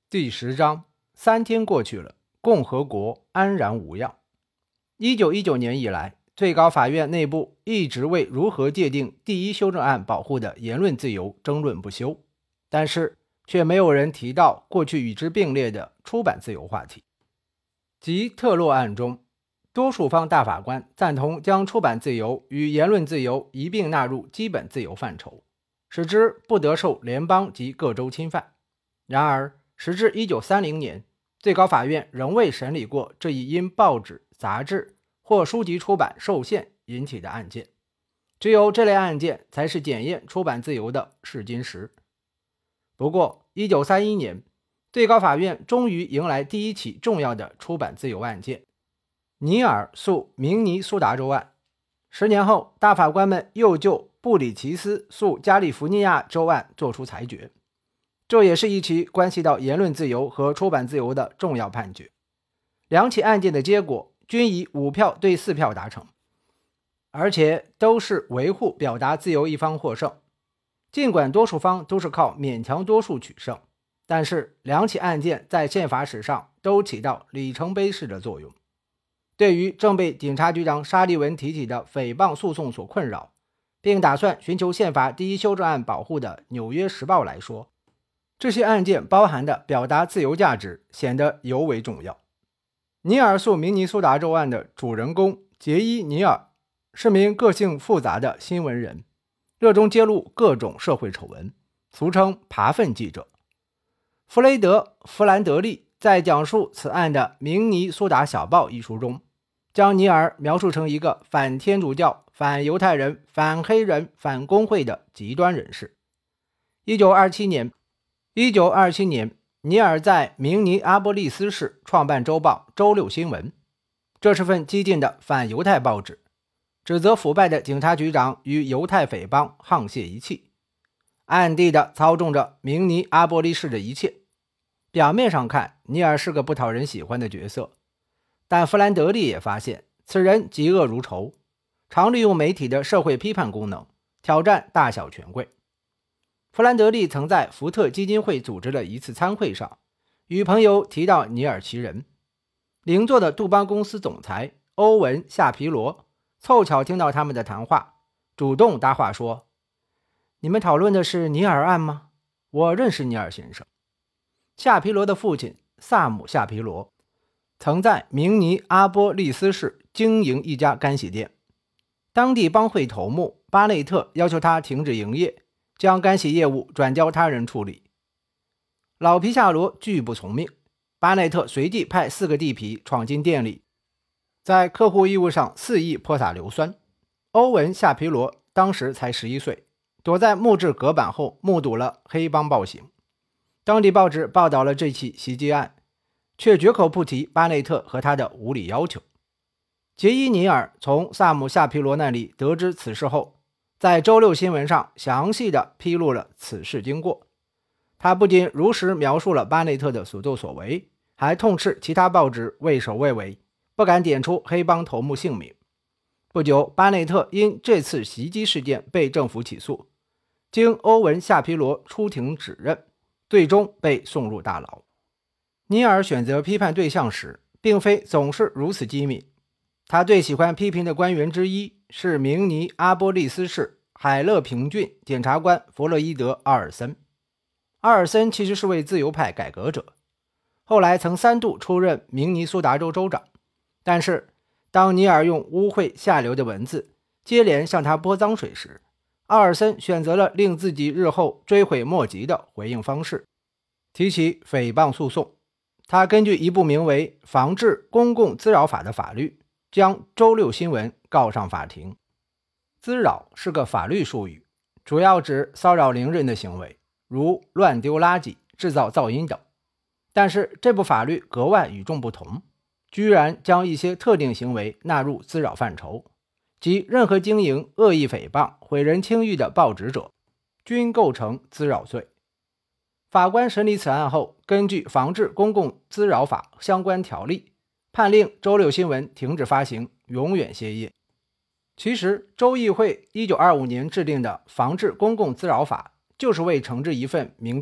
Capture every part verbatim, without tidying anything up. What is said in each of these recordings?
第十章，三天过去了，共和国安然无恙。一九一九年以来，最高法院内部一直为如何界定第一修正案保护的言论自由争论不休，但是却没有人提到过去与之并列的出版自由话题。即特洛案中，多数方大法官赞同将出版自由与言论自由一并纳入基本自由范畴，使之不得受联邦及各州侵犯。然而时至一九三零年，最高法院仍未审理过这一因报纸、杂志或书籍出版受限引起的案件，只有这类案件才是检验出版自由的试金石。不过一九三一年，最高法院终于迎来第一起重要的出版自由案件——尼尔诉明尼苏达州案。十年后，大法官们又就布里奇斯诉加利福尼亚州案作出裁决，这也是一起关系到言论自由和出版自由的重要判决。两起案件的结果均以五票对四票达成，而且都是维护表达自由一方获胜。尽管多数方都是靠勉强多数取胜，但是两起案件在宪法史上都起到里程碑式的作用。对于正被警察局长沙利文提起的诽谤诉讼所困扰，并打算寻求宪法第一修正案保护的《纽约时报》来说，这些案件包含的表达自由价值显得尤为重要。尼尔诉明尼苏达州案的主人公杰伊·尼尔是名个性复杂的新闻人，热衷揭露各种社会丑闻，俗称扒粪记者。弗雷德·弗兰德利在讲述此案的《明尼苏达小报》一书中，将尼尔描述成一个反天主教、反犹太人、反黑人、反工会的极端人士。一九二七年一九二七年，尼尔在明尼阿波利斯市创办周报《周六新闻》，这是份激进的反犹太报纸，指责腐败的警察局长与犹太匪帮沆瀣一气，暗地的操纵着明尼阿波利市的一切。表面上看，尼尔是个不讨人喜欢的角色，但弗兰德利也发现此人嫉恶如仇，常利用媒体的社会批判功能挑战大小权贵。弗兰德利曾在福特基金会组织的一次参会上，与朋友提到尼尔其人。邻座的杜邦公司总裁欧文·夏皮罗凑巧听到他们的谈话，主动搭话说：“你们讨论的是尼尔案吗？我认识尼尔先生。”夏皮罗的父亲萨姆·夏皮罗曾在明尼阿波利斯市经营一家干洗店，当地帮会头目巴内特要求他停止营业，将干洗业务转交他人处理。老皮夏罗拒不从命，巴内特随即派四个地痞闯进店里，在客户衣物上肆意泼洒硫酸。欧文·夏皮罗当时才十一岁，躲在木质隔板后目睹了黑帮暴行。当地报纸报道了这起袭击案，却绝口不提巴内特和他的无理要求。杰伊·尼尔从萨姆·夏皮罗那里得知此事后，在周六新闻上详细地披露了此事经过。他不仅如实描述了巴内特的所作所为，还痛斥其他报纸畏首畏尾，不敢点出黑帮头目姓名。不久，巴内特因这次袭击事件被政府起诉，经欧文·夏皮罗出庭指认，最终被送入大牢。尼尔选择批判对象时，并非总是如此机敏。他最喜欢批评的官员之一是明尼阿波利斯市海勒平郡检察官弗洛伊德·阿尔森。阿尔森其实是位自由派改革者，后来曾三度出任明尼苏达州州长。但是当尼尔用污秽下流的文字接连向他泼脏水时，阿尔森选择了令自己日后追悔莫及的回应方式，提起诽谤诉讼。他根据一部名为《防治公共滋扰法》的法律，将周六新闻告上法庭。滋扰是个法律术语，主要指骚扰邻人的行为，如乱丢垃圾、制造噪音等。但是这部法律格外与众不同，居然将一些特定行为纳入滋扰范畴，即任何经营恶意诽谤、毁人清誉的报纸者，均构成滋扰罪。法官审理此案后，根据《防治公共滋扰法》相关条例，判令周六新闻停止发行，永远歇业。其实，州议会一九二五年制定的《防治公共滋扰法》就是为惩治一份名叫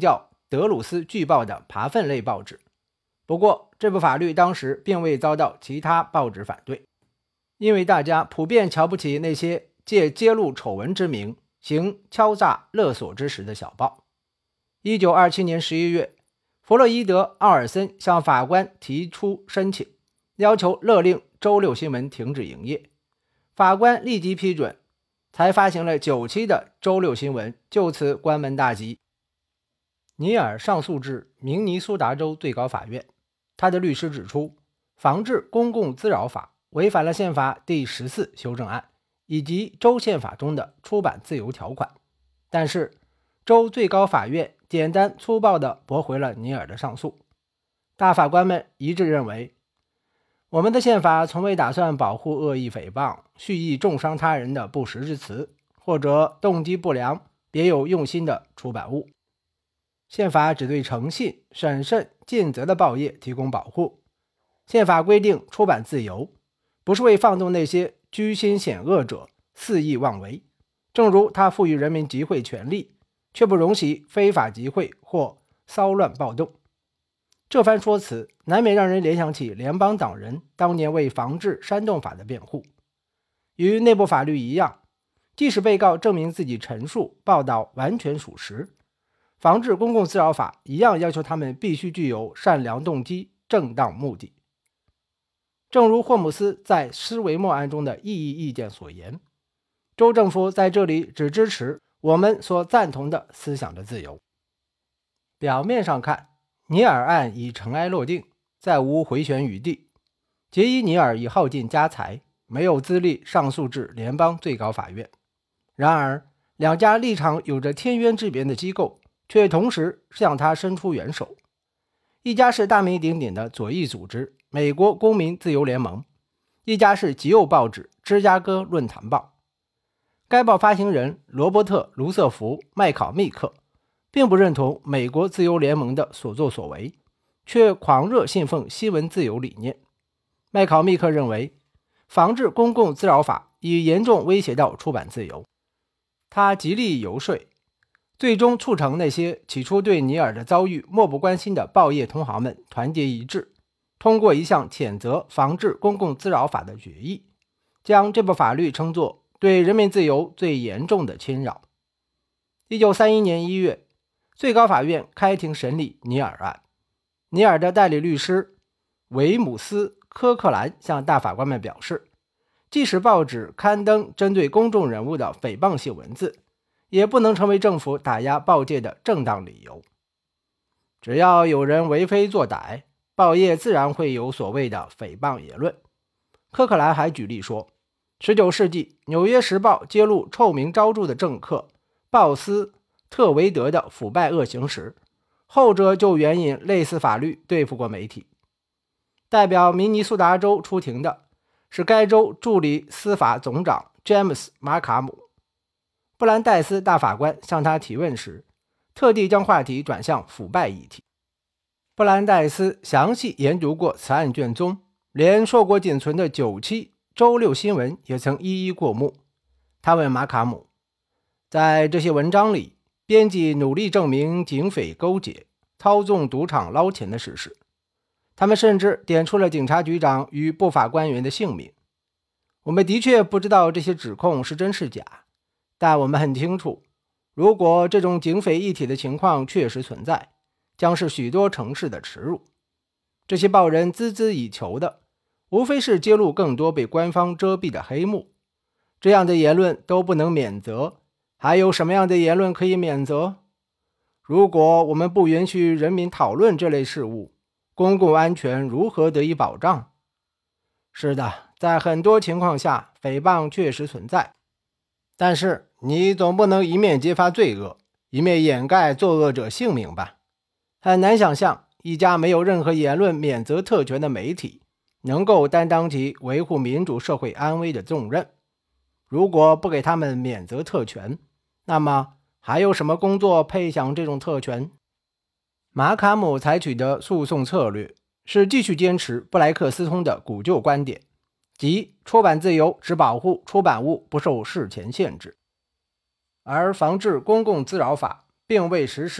德鲁斯巨报的扒粪类报纸。不过，这部法律当时并未遭到其他报纸反对，因为大家普遍瞧不起那些借揭露丑闻之名行敲诈勒索之实的小报。一九二七年十一月，弗洛伊德·奥尔森向法官提出申请，要求勒令周六新闻停止营业。法官立即批准，才发行了九期的周六新闻就此关门大吉。尼尔上诉至明尼苏达州最高法院，他的律师指出，防治公共滋扰法违反了宪法第十四修正案以及州宪法中的出版自由条款，但是州最高法院简单粗暴地驳回了尼尔的上诉。大法官们一致认为，我们的宪法从未打算保护恶意诽谤、蓄意重伤他人的不实之词，或者动机不良、别有用心的出版物。宪法只对诚信、审慎、尽责的报业提供保护。宪法规定出版自由，不是为放纵那些居心险恶者肆意妄为，正如他赋予人民集会权利，却不容许非法集会或骚乱暴动。这番说辞难免让人联想起联邦党人当年为防治煽动法的辩护。与内部法律一样，即使被告证明自己陈述报道完全属实，防治公共滋扰法一样要求他们必须具有善良动机、正当目的。正如霍姆斯在施维莫案中的异议意见所言，州政府在这里只支持我们所赞同的思想的自由。表面上看，尼尔案已尘埃落定，再无回旋余地。杰伊·尼尔已耗尽家财，没有资历上诉至联邦最高法院。然而，两家立场有着天渊之别的机构却同时向他伸出援手。一家是大名鼎鼎的左翼组织美国公民自由联盟，一家是极右报纸芝加哥论坛报。该报发行人罗伯特·卢瑟福·麦考密克并不认同美国自由联盟的所作所为，却狂热信奉新闻自由理念。麦考密克认为，防治公共滋扰法已严重威胁到出版自由。他极力游说，最终促成那些起初对尼尔的遭遇漠不关心的报业同行们团结一致，通过一项谴责防治公共滋扰法的决议，将这部法律称作对人民自由最严重的侵扰。一九三一年一月，最高法院开庭审理尼尔案。尼尔的代理律师维姆斯·科克兰向大法官们表示，即使报纸刊登针对公众人物的诽谤性文字，也不能成为政府打压报界的正当理由。只要有人为非作歹，报业自然会有所谓的诽谤言论。科克兰还举例说，十九世纪《纽约时报》揭露臭名昭著的政客鲍斯特维德的腐败恶行时，后者就援引类似法律对付过媒体。代表明尼苏达州出庭的是该州助理司法总长詹姆斯·马卡姆。布兰代斯大法官向他提问时，特地将话题转向腐败议题。布兰代斯详细研读过此案卷宗，连硕果仅存的九期周六新闻也曾一一过目。他问马卡姆，在这些文章里，编辑努力证明警匪勾结、操纵赌场捞钱的事实，他们甚至点出了警察局长与不法官员的姓名。我们的确不知道这些指控是真是假，但我们很清楚，如果这种警匪一体的情况确实存在，将是许多城市的耻辱。这些报人孜孜以求的，无非是揭露更多被官方遮蔽的黑幕。这样的言论都不能免责，还有什么样的言论可以免责？如果我们不允许人民讨论这类事物，公共安全如何得以保障？是的，在很多情况下，诽谤确实存在，但是你总不能一面揭发罪恶，一面掩盖作恶者姓名吧？很难想象一家没有任何言论免责特权的媒体能够担当起维护民主社会安危的重任。如果不给他们免责特权，那么还有什么工作配享这种特权？马卡姆采取的诉讼策略是继续坚持布莱克斯通的古旧观点，即出版自由只保护出版物不受事前限制，而防治公共滋扰法并未实施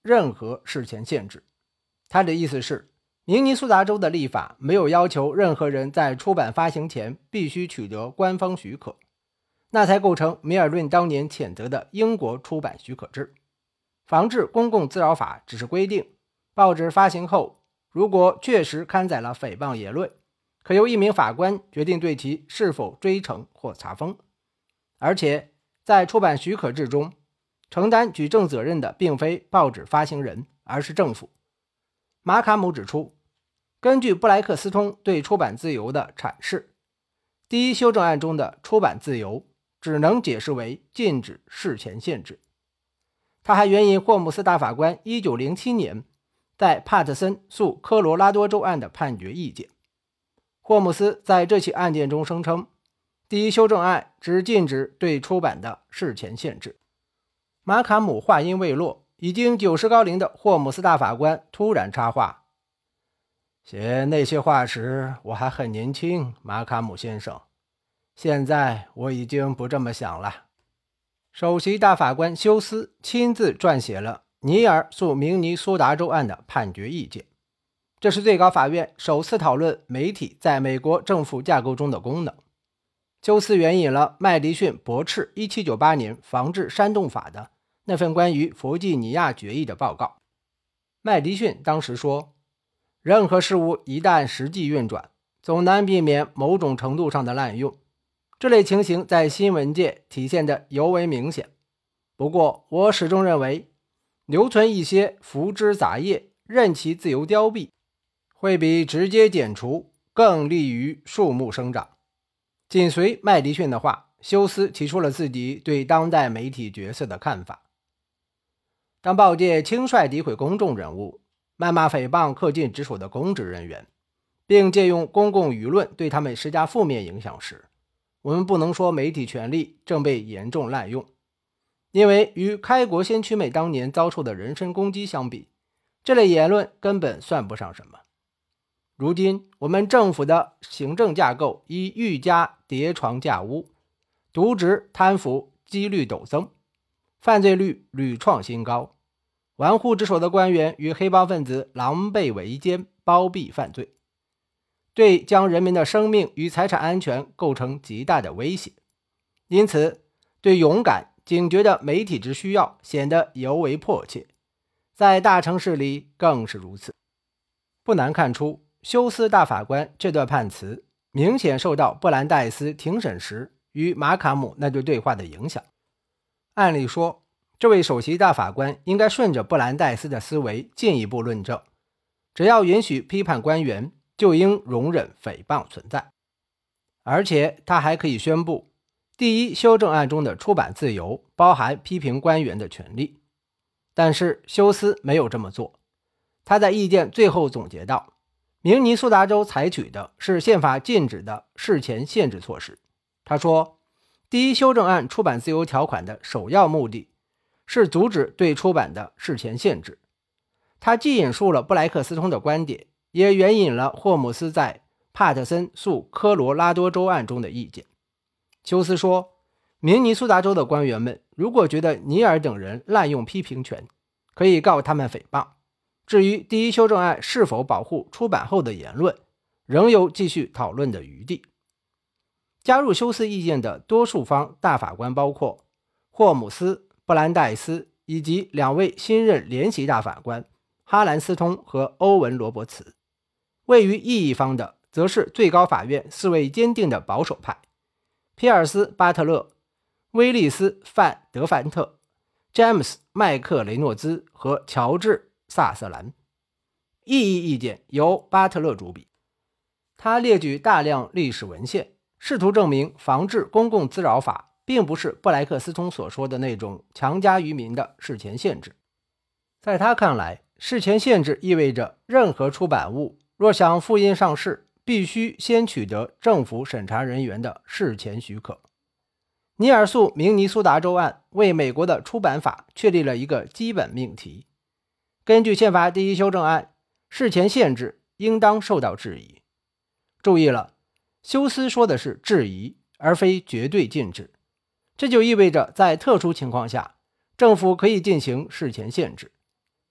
任何事前限制。他的意思是，明尼苏达州的立法没有要求任何人在出版发行前必须取得官方许可，那才构成米尔顿当年谴责的英国出版许可制。防治公共滋扰法只是规定，报纸发行后，如果确实刊载了诽谤言论，可由一名法官决定对其是否追惩或查封。而且在出版许可制中，承担举证责任的并非报纸发行人，而是政府。马卡姆指出，根据布莱克斯通对出版自由的阐释，第一修正案中的出版自由只能解释为禁止事前限制。他还援引霍姆斯大法官一九零七年在帕特森诉科罗拉多州案的判决意见。霍姆斯在这起案件中声称，第一修正案只禁止对出版的事前限制。马卡姆话音未落，已经九十高龄的霍姆斯大法官突然插话：写那些话时我还很年轻，马卡姆先生，现在我已经不这么想了。首席大法官休斯亲自撰写了尼尔诉明尼苏达州案的判决意见，这是最高法院首次讨论媒体在美国政府架构中的功能。休斯援引了麦迪逊驳斥一七九八年防治煽动法的那份关于弗吉尼亚决议的报告。麦迪逊当时说，任何事物一旦实际运转，总难避免某种程度上的滥用，这类情形在新闻界体现得尤为明显。不过我始终认为，留存一些腐枝杂叶，任其自由凋敝，会比直接剪除更利于树木生长。紧随麦迪逊的话，休斯提出了自己对当代媒体角色的看法。当报界轻率诋毁公众人物，谩骂诽谤恪尽职守的公职人员，并借用公共舆论对他们施加负面影响时，我们不能说媒体权力正被严重滥用，因为与开国先驱们当年遭受的人身攻击相比，这类言论根本算不上什么。如今我们政府的行政架构已愈加叠床架屋，渎职贪腐几率陡增，犯罪率屡创新高，玩忽职守的官员与黑帮分子狼狈为奸，包庇犯罪，对将人民的生命与财产安全构成极大的威胁。因此，对勇敢警觉的媒体之需要显得尤为迫切，在大城市里更是如此。不难看出，休斯大法官这段判词明显受到布兰代斯庭审时与马卡姆那对对话的影响。按理说，这位首席大法官应该顺着布兰代斯的思维进一步论证，只要允许批判官员，就应容忍诽谤存在。而且他还可以宣布，第一修正案中的出版自由包含批评官员的权利。但是休斯没有这么做，他在意见最后总结道，明尼苏达州采取的是宪法禁止的事前限制措施。他说，第一修正案出版自由条款的首要目的是阻止对出版的事前限制。他既引述了布莱克斯通的观点，也援引了霍姆斯在帕特森诉科罗拉多州案中的意见。休斯说，明尼苏达州的官员们如果觉得尼尔等人滥用批评权，可以告他们诽谤。至于第一修正案是否保护出版后的言论，仍有继续讨论的余地。加入休斯意见的多数方大法官包括霍姆斯、布兰代斯以及两位新任联席大法官哈兰斯通和欧文罗伯茨。位于异议方的则是最高法院四位坚定的保守派，皮尔斯·巴特勒、威利斯·范德凡特、詹姆斯·麦克雷诺兹和乔治萨瑟兰。异议意见由巴特勒主笔，他列举大量历史文献，试图证明防治公共滋扰法并不是布莱克斯通所说的那种强加于民的事前限制。在他看来，事前限制意味着任何出版物若想复印上市，必须先取得政府审查人员的事前许可。尼尔诉明尼苏达州案为美国的出版法确立了一个基本命题。根据宪法第一修正案，事前限制应当受到质疑。注意了，休斯说的是质疑，而非绝对禁止。这就意味着在特殊情况下，政府可以进行事前限制。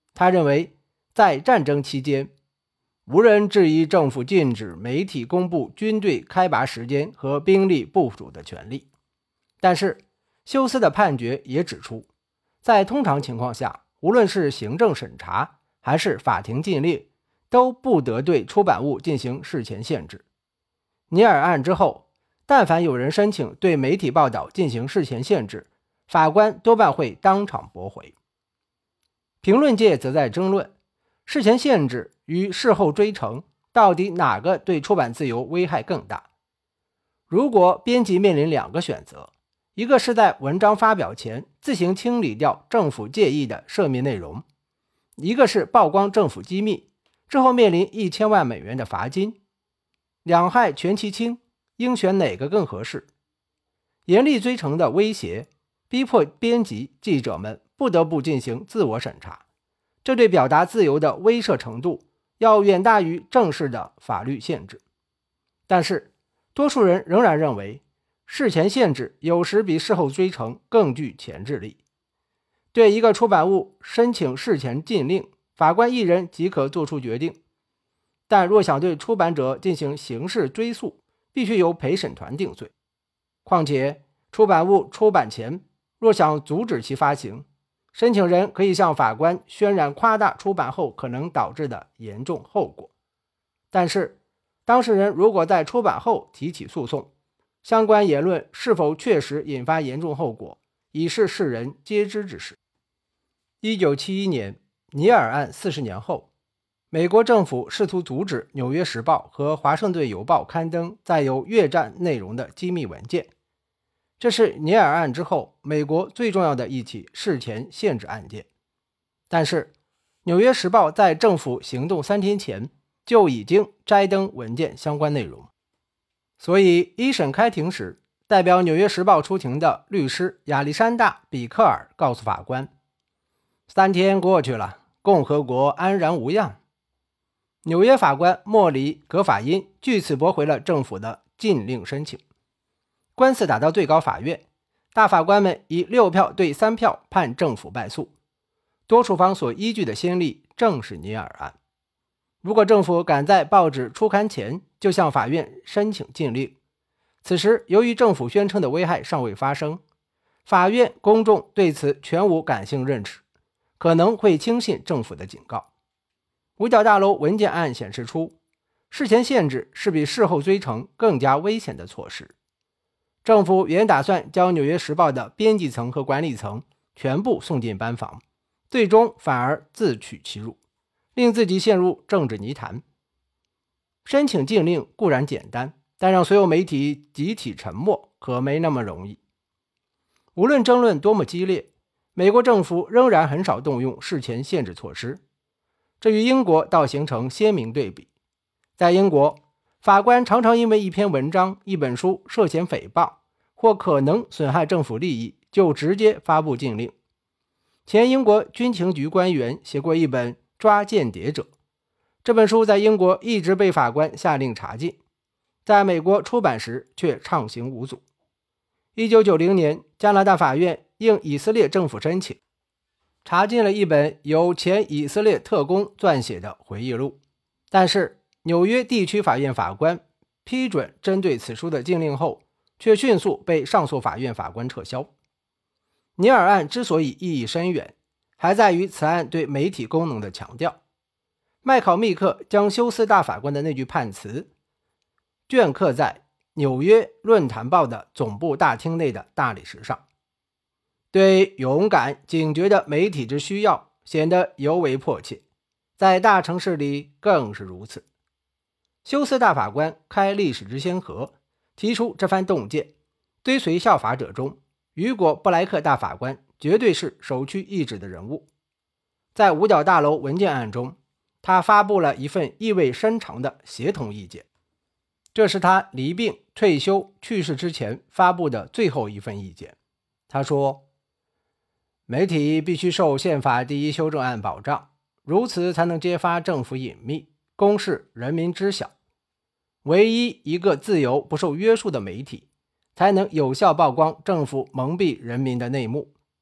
他认为，在战争期间，无人质疑政府禁止媒体公布军队开拔时间和兵力部署的权利。但是，休斯的判决也指出，在通常情况下，无论是行政审查还是法庭禁令，都不得对出版物进行事前限制。尼尔案之后，但凡有人申请对媒体报道进行事前限制，法官多半会当场驳回。评论界则在争论，事前限制与事后追惩到底哪个对出版自由危害更大？如果编辑面临两个选择，一个是在文章发表前自行清理掉政府介意的涉密内容，一个是曝光政府机密之后面临一千万美元的罚金，两害全其轻，应选哪个更合适？严厉追惩的威胁逼迫编辑记者们不得不进行自我审查，这对表达自由的威慑程度要远大于正式的法律限制。但是多数人仍然认为，事前限制有时比事后追惩更具前置力。对一个出版物申请事前禁令，法官一人即可做出决定，但若想对出版者进行刑事追诉，必须由陪审团定罪。况且出版物出版前若想阻止其发行，申请人可以向法官渲染夸大出版后可能导致的严重后果。但是当事人如果在出版后提起诉讼，相关言论是否确实引发严重后果，已是世人皆知之事。一九七一年，尼尔案四十年后，美国政府试图阻止《纽约时报》和《华盛顿邮报》刊登载有越战内容的机密文件。这是尼尔案之后美国最重要的一起事前限制案件。但是，《纽约时报》在政府行动三天前就已经摘登文件相关内容。所以一审开庭时，代表《纽约时报》出庭的律师亚历山大·比克尔告诉法官，三天过去了，共和国安然无恙。纽约法官莫里·格法因据此驳回了政府的禁令申请。官司打到最高法院，大法官们以六票对三票判政府败诉。多数方所依据的先例正是尼尔案。如果政府赶在报纸出刊前就向法院申请禁令，此时由于政府宣称的危害尚未发生，法院公众对此全无感性认识，可能会轻信政府的警告。五角大楼文件案显示出，事前限制是比事后追惩更加危险的措施。政府原打算将《纽约时报》的编辑层和管理层全部送进班房，最终反而自取其辱，令自己陷入政治泥潭。申请禁令固然简单，但让所有媒体集体沉默可没那么容易。无论争论多么激烈，美国政府仍然很少动用事前限制措施，这与英国倒形成鲜明对比。在英国，法官常常因为一篇文章、一本书涉嫌诽谤或可能损害政府利益，就直接发布禁令。前英国军情局官员写过一本《抓间谍者》，这本书在英国一直被法官下令查禁，在美国出版时却畅行无阻。一九九零年，加拿大法院应以色列政府申请，查禁了一本由前以色列特工撰写的回忆录，但是纽约地区法院法官批准针对此书的禁令后，却迅速被上诉法院法官撤销。尼尔案之所以意义深远，还在于此案对媒体功能的强调。麦考密克将休斯大法官的那句判词镌刻在纽约论坛报的总部大厅内的大理石上，对勇敢警觉的媒体之需要显得尤为迫切，在大城市里更是如此。休斯大法官开历史之先河，提出这番洞见，追随效法者中，雨果·布莱克大法官绝对是首屈一指的人物。在五角大楼文件案中，他发布了一份意味深长的协同意见，这是他离病、退休、去世之前发布的最后一份意见。他说，媒体必须受宪法第一修正案保障，如此才能揭发政府隐秘，公示人民知晓。唯一一个自由不受约束的媒体，才能有效曝光政府蒙蔽人民的内幕。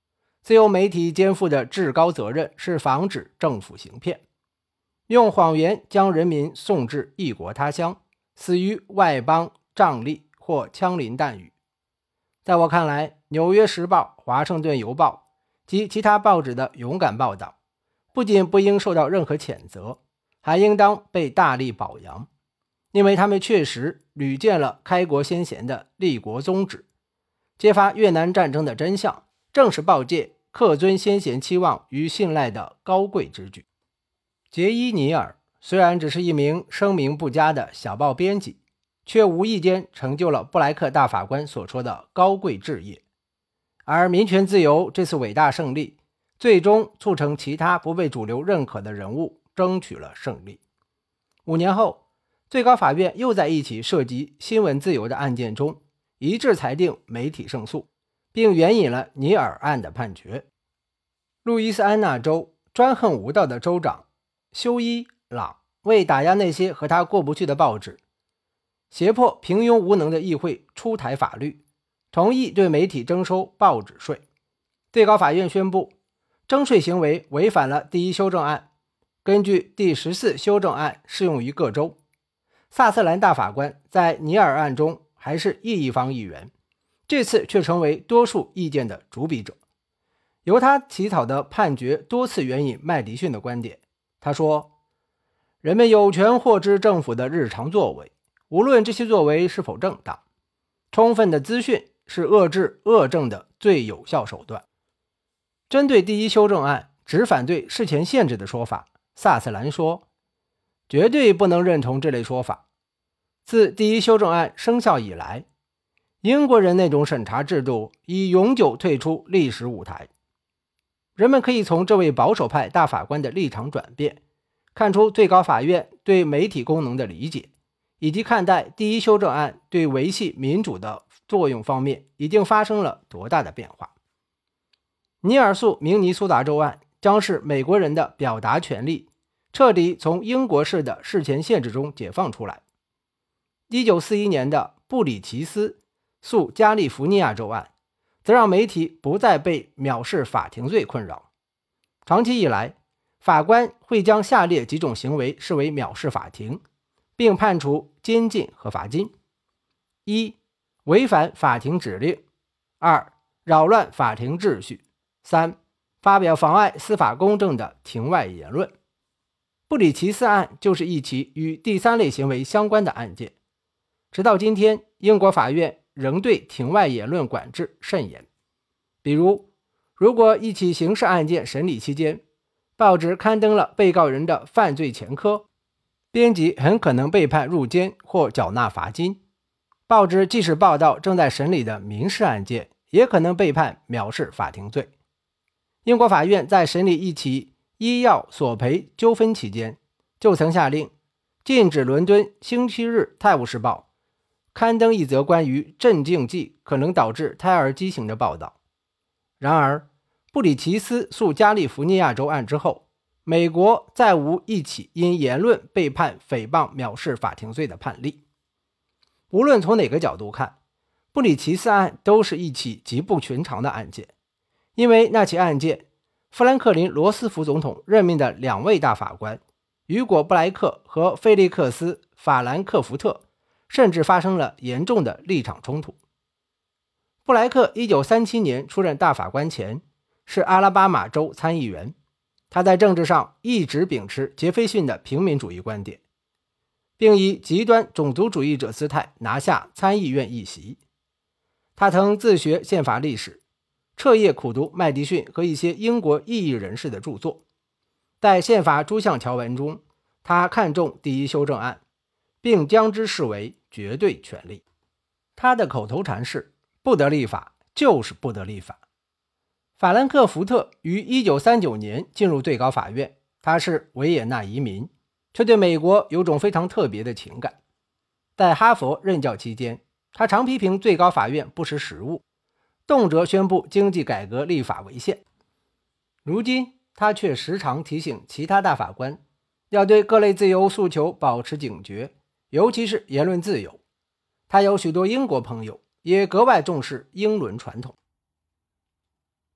自由媒体肩负的至高责任是防止政府行骗，用谎言将人民送至异国他乡，死于外邦瘴疠或枪林弹雨。在我看来，《纽约时报》、《华盛顿邮报》及其他报纸的勇敢报道，不仅不应受到任何谴责，还应当被大力表扬，因为他们确实履见了开国先贤的立国宗旨，揭发越南战争的真相，正是报界恪遵先贤期望与信赖的高贵之举。杰伊·尼尔虽然只是一名声名不佳的小报编辑，却无意间成就了布莱克大法官所说的高贵志业。而民权自由这次伟大胜利，最终促成其他不被主流认可的人物争取了胜利。五年后，最高法院又在一起涉及新闻自由的案件中一致裁定媒体胜诉，并援引了尼尔案的判决。路易斯安那州专横无道的州长休伊·朗为打压那些和他过不去的报纸，胁迫平庸无能的议会出台法律，同意对媒体征收报纸税。最高法院宣布，征税行为违反了第一修正案，根据第十四修正案适用于各州。萨瑟兰大法官在尼尔案中还是异议方议员，这次却成为多数意见的主笔者。由他起草的判决多次援引麦迪逊的观点，他说，人们有权获知政府的日常作为，无论这些作为是否正当。充分的资讯是遏制恶政的最有效手段。针对第一修正案只反对事前限制的说法，萨瑟兰说，绝对不能认同这类说法。自第一修正案生效以来，英国人那种审查制度已永久退出历史舞台。人们可以从这位保守派大法官的立场转变，看出最高法院对媒体功能的理解，以及看待第一修正案对维系民主的作用方面已经发生了多大的变化。尼尔诉明尼苏达州案将是美国人的表达权利彻底从英国式的事前限制中解放出来。一九四一年的布里奇斯诉加利福尼亚州案则让媒体不再被藐视法庭罪困扰。长期以来，法官会将下列几种行为视为藐视法庭，并判处监禁和罚金：一、违反法庭指令；二、扰乱法庭秩序；三、发表妨碍司法公正的庭外言论。布里奇斯案就是一起与第三类行为相关的案件。直到今天，英国法院仍对庭外言论管制甚严。比如，如果一起刑事案件审理期间，报纸刊登了被告人的犯罪前科，编辑很可能被判入监或缴纳罚金。报纸即使报道正在审理的民事案件，也可能被判藐视法庭罪。英国法院在审理一起医药索赔纠纷期间，就曾下令禁止伦敦星期日泰晤士报刊登一则关于镇静剂可能导致胎儿畸形的报道。然而，布里奇斯诉加利福尼亚州案之后，美国再无一起因言论被判诽谤藐视法庭罪的判例。无论从哪个角度看，布里奇斯案都是一起极不寻常的案件，因为那起案件，富兰克林·罗斯福总统任命的两位大法官雨果·布莱克和菲利克斯·法兰克福特甚至发生了严重的立场冲突。布莱克一九三七年出任大法官前是阿拉巴马州参议员，他在政治上一直秉持杰斐逊的平民主义观点，并以极端种族主义者姿态拿下参议院议席。他曾自学宪法历史，彻夜苦读麦迪逊和一些英国异议人士的著作。在宪法诸项条文中，他看重第一修正案，并将之视为绝对权利。他的口头禅是不得立法就是不得立法。法兰克福特于一九三九年进入最高法院，他是维也纳移民，却对美国有种非常特别的情感。在哈佛任教期间，他常批评最高法院不识时务，动辄宣布经济改革立法违宪。如今他却时常提醒其他大法官要对各类自由诉求保持警觉，尤其是言论自由。他有许多英国朋友，也格外重视英伦传统。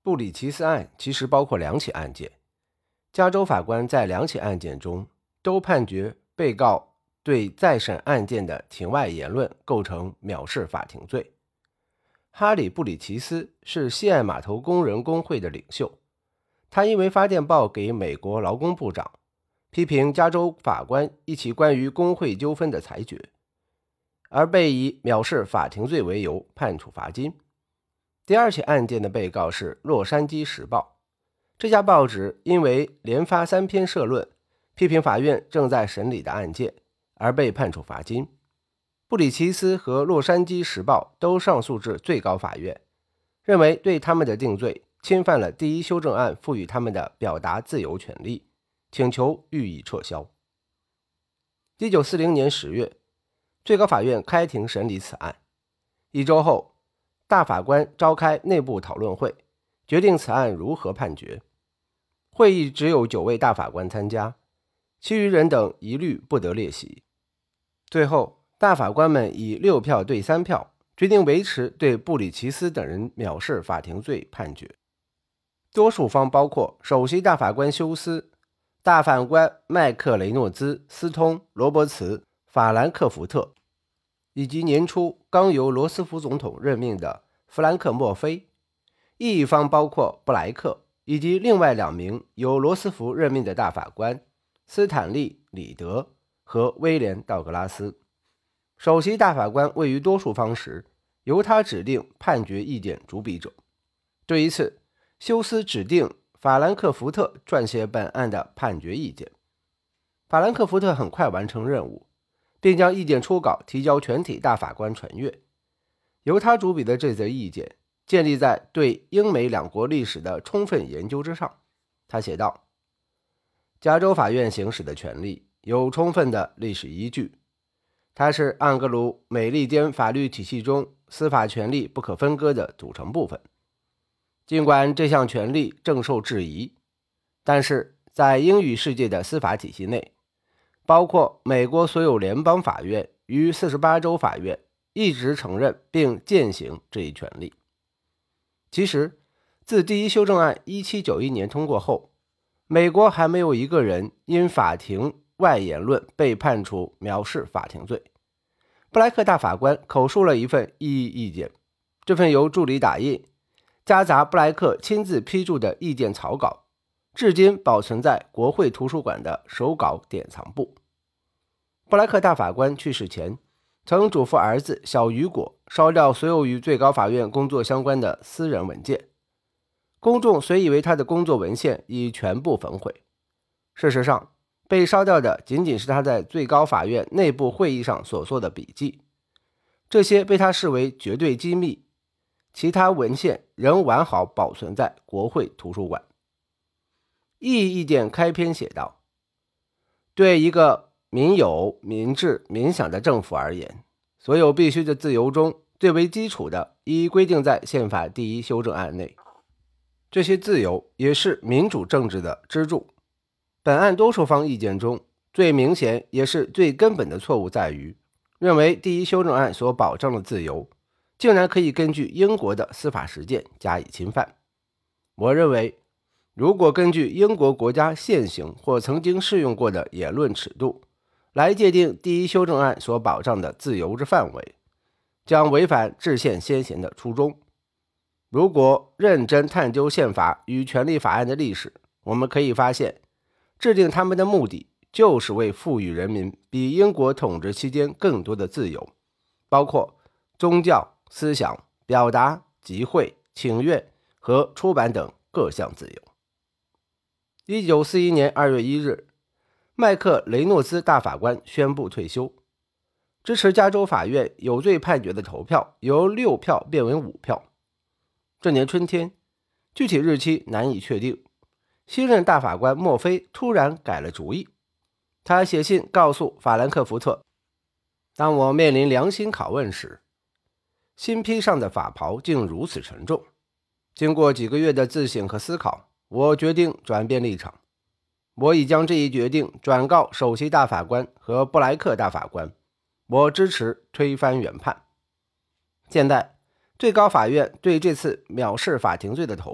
布里奇斯案其实包括两起案件，加州法官在两起案件中都判决被告对再审案件的庭外言论构成藐视法庭罪。哈里·布里奇斯是西岸码头工人工会的领袖，他因为发电报给美国劳工部长，批评加州法官一起关于工会纠纷的裁决，而被以藐视法庭罪为由判处罚金。第二起案件的被告是洛杉矶时报，这家报纸因为连发三篇社论批评法院正在审理的案件而被判处罚金。布里奇斯和洛杉矶时报都上诉至最高法院，认为对他们的定罪侵犯了第一修正案赋予他们的表达自由权利，请求予以撤销。一九四零年十月，最高法院开庭审理此案。一周后，大法官召开内部讨论会，决定此案如何判决。会议只有九位大法官参加，其余人等一律不得列席。最后，大法官们以六票对三票决定维持对布里奇斯等人藐视法庭罪判决。多数方包括首席大法官休斯、大法官麦克雷诺兹、斯通、罗伯茨、法兰克福特，以及年初刚由罗斯福总统任命的弗兰克·墨菲。异议方包括布莱克以及另外两名由罗斯福任命的大法官斯坦利·里德和威廉·道格拉斯。首席大法官位于多数方时，由他指定判决意见主笔者。这一次，休斯指定法兰克福特撰写本案的判决意见。法兰克福特很快完成任务，并将意见初稿提交全体大法官传阅。由他主笔的这则意见建立在对英美两国历史的充分研究之上。他写道：加州法院行使的权利有充分的历史依据，它是盎格鲁美利坚法律体系中司法权利不可分割的组成部分。尽管这项权利正受质疑，但是在英语世界的司法体系内，包括美国所有联邦法院与四十八州法院一直承认并践行这一权利。其实，自第一修正案一七九一年通过后，美国还没有一个人因法庭外言论被判处藐视法庭罪。布莱克大法官口述了一份异议意见，这份由助理打印、夹杂布莱克亲自批注的意见草稿，至今保存在国会图书馆的手稿典藏部。布莱克大法官去世前，曾嘱咐儿子小雨果烧掉所有与最高法院工作相关的私人文件。公众虽以为他的工作文献已全部焚毁，事实上，被烧掉的仅仅是他在最高法院内部会议上所做的笔记，这些被他视为绝对机密，其他文献仍完好保存在国会图书馆。异议意见开篇写道：对一个民有、民治、民享的政府而言，所有必须的自由中最为基础的已规定在宪法第一修正案内，这些自由也是民主政治的支柱。本案多数方意见中最明显也是最根本的错误在于，认为第一修正案所保障的自由竟然可以根据英国的司法实践加以侵犯。我认为，如果根据英国国家现行或曾经适用过的言论尺度来界定第一修正案所保障的自由之范围，将违反制宪先贤的初衷。如果认真探究宪法与权利法案的历史，我们可以发现，制定它们的目的就是为赋予人民比英国统治期间更多的自由，包括宗教、思想、表达、集会、请愿和出版等各项自由。一九四一年二月一日，麦克雷诺兹大法官宣布退休，支持加州法院有罪判决的投票由六票变为五票。这年春天，具体日期难以确定，新任大法官墨菲突然改了主意。他写信告诉法兰克福特，当我面临良心拷问时，新披上的法袍竟如此沉重。经过几个月的自省和思考，我决定转变立场。我已将这一决定转告首席大法官和布莱克大法官，我支持推翻原判。现在，最高法院对这次藐视法庭罪的投票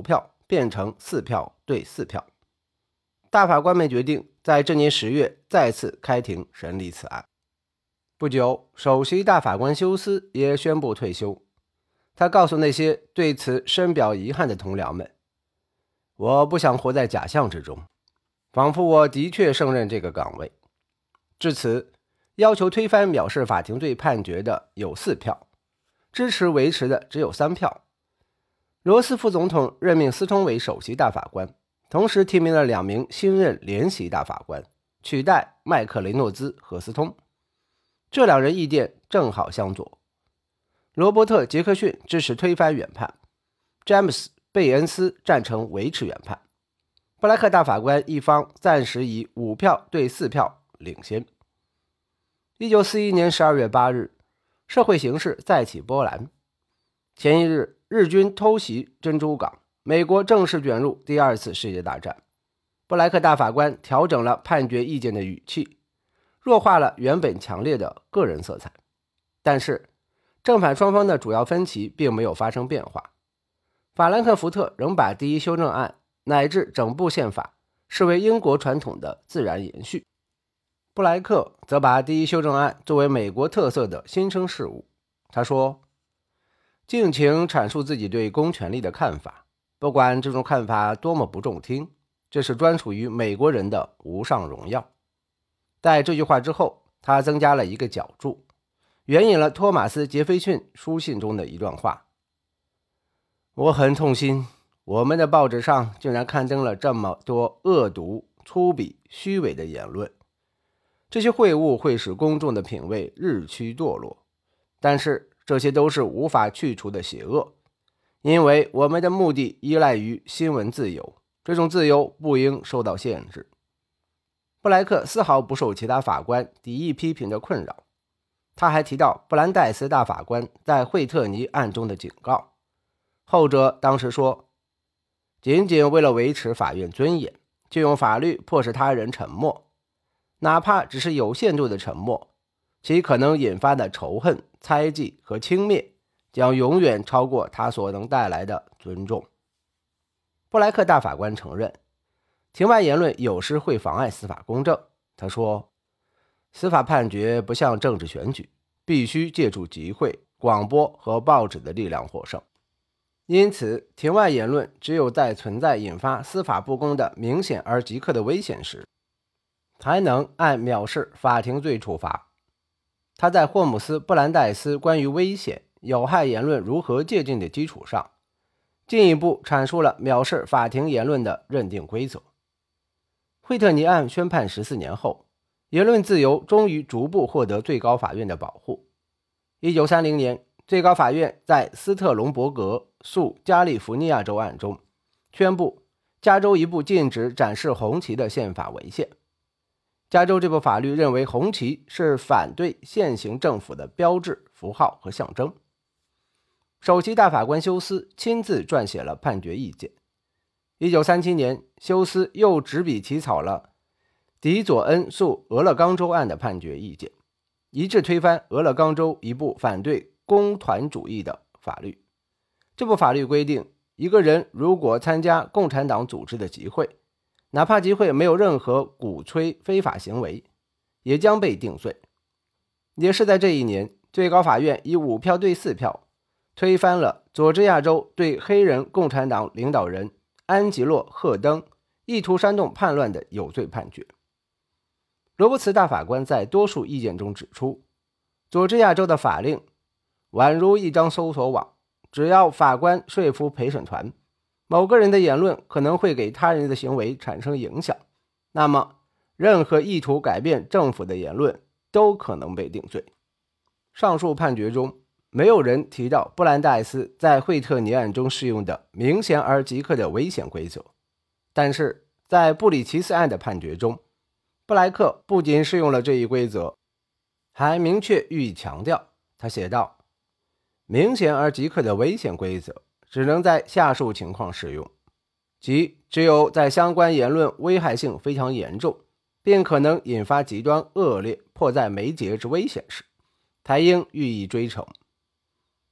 变成四票对四票。大法官们决定在这年十月再次开庭审理此案。不久，首席大法官休斯也宣布退休。他告诉那些对此深表遗憾的同僚们，我不想活在假象之中，仿佛我的确胜任这个岗位。至此，要求推翻藐视法庭罪判决的有四票，支持维持的只有三票。罗斯副总统任命斯通为首席大法官，同时提名了两名新任联席大法官，取代麦克雷诺兹和斯通。这两人意见正好相左。罗伯特·杰克逊支持推翻原判，詹姆斯·贝恩斯赞成维持原判。布莱克大法官一方暂时以五票对四票领先。一九四一年十二月八日，社会形势再起波澜。前一日，日军偷袭珍珠港，美国正式卷入第二次世界大战。布莱克大法官调整了判决意见的语气，弱化了原本强烈的个人色彩。但是正反双方的主要分歧并没有发生变化。法兰克福特仍把第一修正案乃至整部宪法视为英国传统的自然延续，布莱克则把第一修正案作为美国特色的新生事物。他说，尽情阐述自己对公权力的看法，不管这种看法多么不中听，这是专属于美国人的无上荣耀。在这句话之后，他增加了一个脚注，援引了托马斯·杰斐逊书信中的一段话：我很痛心，我们的报纸上竟然刊登了这么多恶毒、粗鄙、虚伪的言论，这些秽物会使公众的品味日趋堕落，但是这些都是无法去除的邪恶，因为我们的目的依赖于新闻自由，这种自由不应受到限制。布莱克丝毫不受其他法官敌意批评的困扰。他还提到布兰代斯大法官在惠特尼案中的警告，后者当时说，仅仅为了维持法院尊严，就用法律迫使他人沉默，哪怕只是有限度的沉默，其可能引发的仇恨、猜忌和轻蔑将永远超过他所能带来的尊重。布莱克大法官承认，庭外言论有时会妨碍司法公正。他说，司法判决不像政治选举，必须借助集会、广播和报纸的力量获胜。因此，庭外言论只有在存在引发司法不公的明显而即刻的危险时，才能按藐视法庭罪处罚。他在霍姆斯·布兰代斯关于危险、有害言论如何界定的基础上，进一步阐述了藐视法庭言论的认定规则。惠特尼案宣判十四年后，言论自由终于逐步获得最高法院的保护。一九三零年，最高法院在斯特隆伯格诉加利福尼亚州案中宣布，加州一部禁止展示红旗的宪法违宪。加州这部法律认为红旗是反对现行政府的标志、符号和象征。首席大法官休斯亲自撰写了判决意见。一九三七年，休斯又执笔起草了迪佐恩诉俄勒冈州案的判决意见，一致推翻俄勒冈州一部反对公团主义的法律。这部法律规定，一个人如果参加共产党组织的集会，哪怕集会没有任何鼓吹非法行为，也将被定罪。也是在这一年，最高法院以五票对四票推翻了佐治亚州对黑人共产党领导人安吉洛·赫登意图煽动叛乱的有罪判决。罗伯茨大法官在多数意见中指出，佐治亚州的法令宛如一张搜索网，只要法官说服陪审团，某个人的言论可能会给他人的行为产生影响，那么任何意图改变政府的言论都可能被定罪。上述判决中，没有人提到布兰代斯在惠特尼案中适用的明显而即刻的危险规则，但是在布里奇斯案的判决中，布莱克不仅适用了这一规则，还明确予以强调。他写道，明显而即刻的危险规则只能在下述情况适用，即只有在相关言论危害性非常严重，并可能引发极端恶劣、迫在眉睫之危险时，才应予以追惩。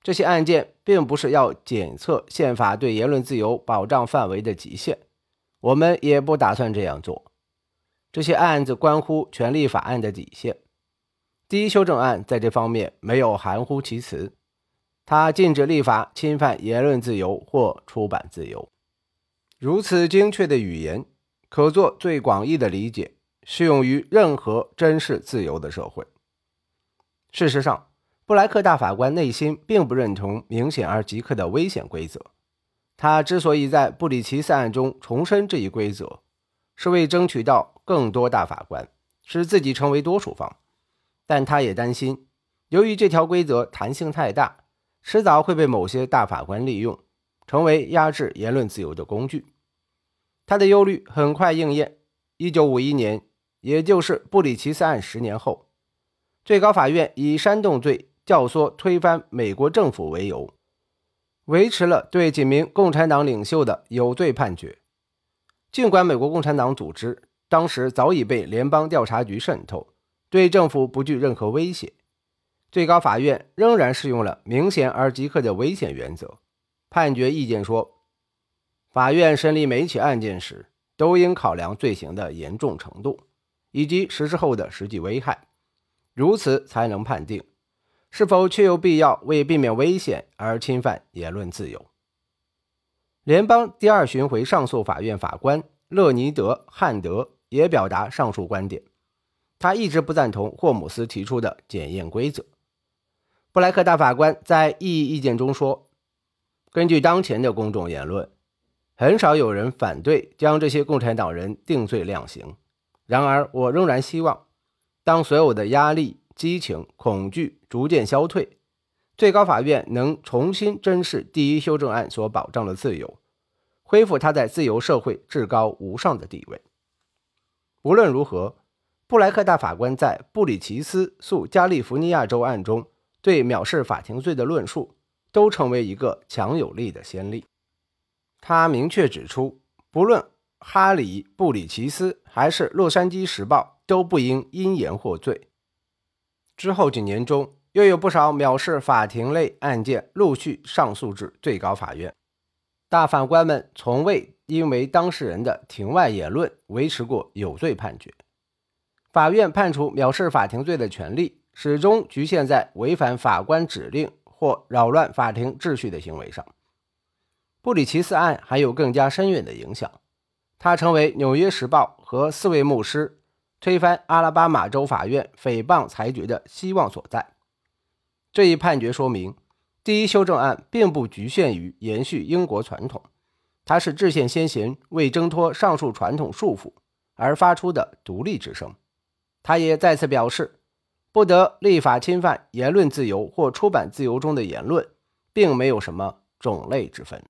这些案件并不是要检测宪法对言论自由保障范围的极限，我们也不打算这样做。这些案子关乎权利法案的底线。第一修正案在这方面没有含糊其辞，它禁止立法侵犯言论自由或出版自由。如此精确的语言，可做最广义的理解，适用于任何珍视自由的社会。事实上，布莱克大法官内心并不认同明显而即刻的危险规则。他之所以在布里奇斯案中重申这一规则，是为争取到更多大法官，使自己成为多数方。但他也担心，由于这条规则弹性太大，迟早会被某些大法官利用，成为压制言论自由的工具。他的忧虑很快应验。一九五一年，也就是布里奇斯案十年后，最高法院以煽动罪教唆推翻美国政府为由，维持了对几名共产党领袖的有罪判决。尽管美国共产党组织当时早已被联邦调查局渗透，对政府不具任何威胁，最高法院仍然适用了明显而即刻的危险原则。判决意见说，法院审理每起案件时，都应考量罪行的严重程度以及实施后的实际危害，如此才能判定是否确有必要为避免危险而侵犯言论自由。联邦第二巡回上诉法院法官勒尼德·汉德也表达上述观点，他一直不赞同霍姆斯提出的检验规则。布莱克大法官在异议意见中说，根据当前的公众言论，很少有人反对将这些共产党人定罪量刑。然而，我仍然希望，当所有的压力、激情、恐惧逐渐消退，最高法院能重新珍视第一修正案所保障的自由，恢复它在自由社会至高无上的地位。无论如何，布莱克大法官在布里奇斯诉加利福尼亚州案中对藐视法庭罪的论述，都成为一个强有力的先例。他明确指出，不论哈里、布里奇斯还是洛杉矶时报都不应因言获罪。之后几年中，又有不少藐视法庭类案件陆续上诉至最高法院。大法官们从未因为当事人的庭外言论维持过有罪判决。法院判处藐视法庭罪的权利始终局限在违反法官指令或扰乱法庭秩序的行为上。布里奇斯案还有更加深远的影响，它成为《纽约时报》和四位牧师推翻阿拉巴马州法院诽谤裁决的希望所在。这一判决说明，第一修正案并不局限于延续英国传统，它是制宪先贤为挣脱上述传统束缚而发出的独立之声。他也再次表示，不得立法侵犯言论自由或出版自由中的言论，并没有什么种类之分。